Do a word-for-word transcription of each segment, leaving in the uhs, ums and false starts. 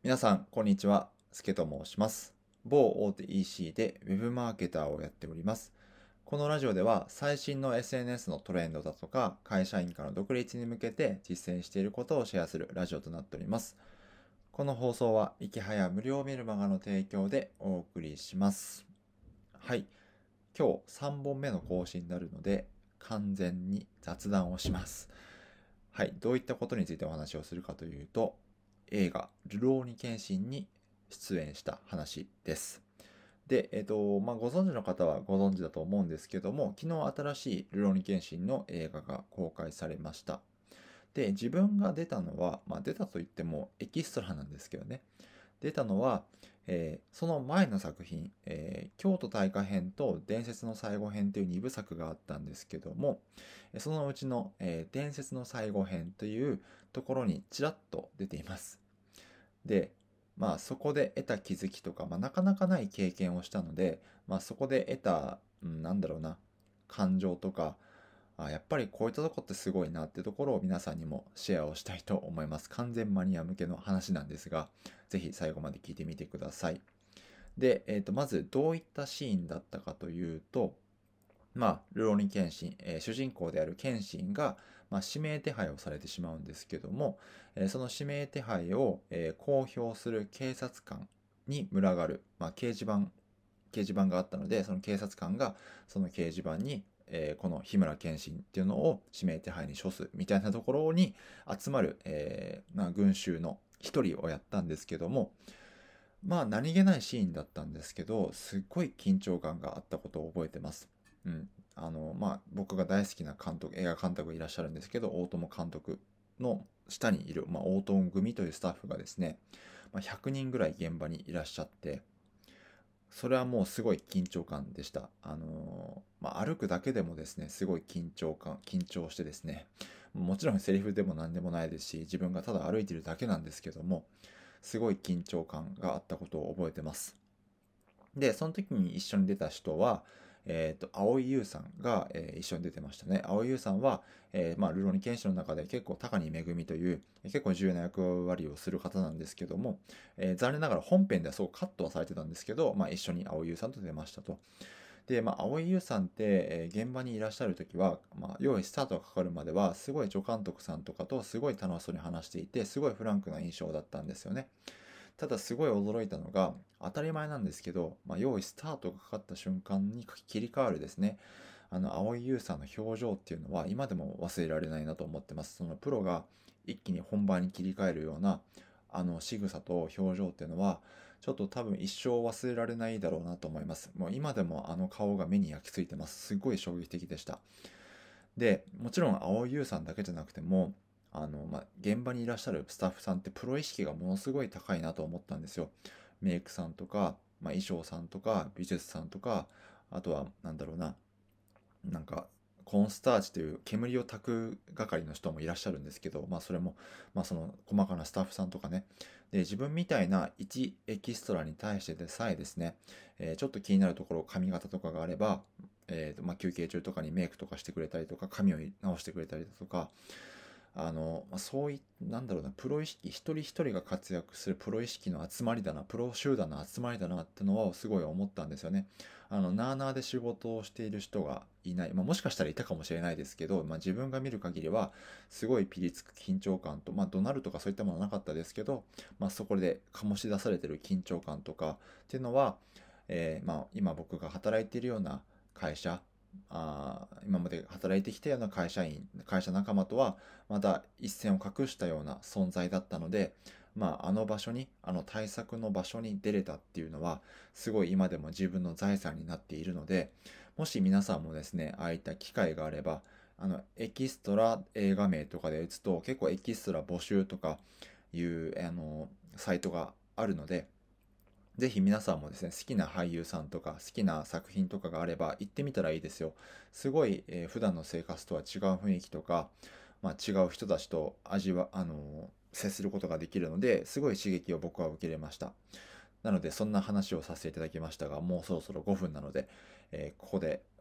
皆さん、こんにちは。すけと申します。某大手 イーシー で Web マーケターをやっております。このラジオでは最新の エスエヌエス のトレンドだとか、会社員からの独立に向けて実践していることをシェアするラジオとなっております。この放送は、いきはや無料メルマガの提供でお送りします。はい。今日さんぼんめの更新になるので、完全に雑談をします。はい。どういったことについてお話をするかというと、映画、ルローニケンシンに出演した話です。で、えっと、まあ、ご存知の方はご存知だと思うんですけども、昨日新しいルローニケンシンの映画が公開されました。で、自分が出たのは、まあ、出たといってもエキストラなんですけどね。出たのは、えーその前の作品、えー京都大火編と伝説の最後編というにぶさくがあったんですけども、そのうちの、えー伝説の最後編というところにちらっと出ています。で、まあそこで得た気づきとか、まあ、なかなかない経験をしたので、まあそこで得た、うん、なんだろうな、感情とか、あ、やっぱりこういったとこってすごいなってところを皆さんにもシェアをしたいと思います。完全マニア向けの話なんですが、ぜひ最後まで聞いてみてください。で、えーと、まずどういったシーンだったかというと、まあ、ルローニケンシン、えー主人公であるケンシンが、まあ、指名手配をされてしまうんですけども、えーその指名手配を、えー公表する警察官に群がる、まあ、掲示板、掲示板があったので、その警察官がその掲示板に、えーこの日村謙信っていうのを指名手配に処すみたいなところに集まる、えーまあ、群衆の一人をやったんですけども、まあ何気ないシーンだったんですけど、すっごい緊張感があったことを覚えてます。うん。あの、まあ僕が大好きな監督、映画監督がいらっしゃるんですけど、大友監督の下にいる、まあ大友組というスタッフがですね、まあ、ひゃくにんぐらい現場にいらっしゃって、それはもうすごい緊張感でした。あのーまあ、歩くだけでもですね、すごい緊張感、緊張してですね、もちろんセリフでも何でもないですし、自分がただ歩いているだけなんですけども、すごい緊張感があったことを覚えてます。で、その時に一緒に出た人は、えっと、蒼井優さんが、えー一緒に出てましたね。蒼井優さんは、えーまあ、ルローニケンシンの中で結構高荷恵という結構重要な役割をする方なんですけども、えー残念ながら本編ではそうカットはされてたんですけど、まあ、一緒に蒼井優さんと出ましたと。で、まあ、蒼井優さんって、えー現場にいらっしゃる時は、まあ、用意スタートがかかるまでは、すごい助監督さんとかとすごい楽しそうに話していて、すごいフランクな印象だったんですよね。ただすごい驚いたのが、当たり前なんですけど、まあ、用意スタートがかかった瞬間に切り替わるですね、あの、蒼井優さんの表情っていうのは今でも忘れられないなと思ってます。そのプロが一気に本番に切り替えるような、あの仕草と表情っていうのは、ちょっと多分一生忘れられないだろうなと思います。もう今でもあの顔が目に焼き付いてます。すごい衝撃的でした。で、もちろん蒼井優さんだけじゃなくても、あの、まあ、現場にいらっしゃるスタッフさんってプロ意識がものすごい高いなと思ったんですよ。メイクさんとか、まあ、衣装さんとか、美術さんとか、あとは、なんだろうな、なんか、コーンスターチという煙を焚く係の人もいらっしゃるんですけど、まあそれも、まあその細かなスタッフさんとかね。で、自分みたいな一エキストラに対してでさえですね、えーちょっと気になるところ、髪型とかがあれば、えーと、まあ休憩中とかにメイクとかしてくれたりとか、髪を直してくれたりだとか、あの、まあ、そういなんだろうな、プロ意識、一人一人が活躍するプロ意識の集まりだな、プロ集団の集まりだなってのはすごい思ったんですよね。あの、なあなあで仕事をしている人がいない。まあ、もしかしたらいたかもしれないですけど、まあ、自分が見る限りは、すごいピリつく緊張感と、まあ、怒鳴るとかそういったものはなかったですけど、まあ、そこで醸し出されている緊張感とかっていうのは、えーまあ、今僕が働いているような会社、あ今まで働いてきたような会社員、会社仲間とは、また一線を画したような存在だったので、まあ、あの場所に、あの対策の場所に出れたっていうのは、すごい今でも自分の財産になっているので、もし皆さんもですね、ああいった機会があれば、あの、エキストラ映画名とかで打つと、結構エキストラ募集とかいう、あの、サイトがあるので、ぜひ皆さんもですね、好きな俳優さんとか好きな作品とかがあれば行ってみたらいいですよ。すごい、えー普段の生活とは違う雰囲気とか、まあ、違う人たちと味わ、あのー接することができるので、すごい刺激を僕は受け入れました。なので、そんな話をさせていただきましたが、もうそろそろごふんなので、えーここで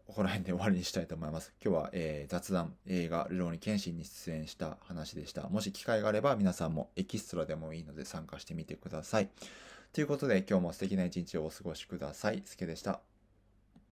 ここら辺で終わりにしたいと思います。今日は、えー雑談、映画、ルローニケンシンに出演した話でした。もし機会があれば皆さんもエキストラでもいいので参加してみてください。ということで今日も素敵な一日をお過ごしください。すけでした。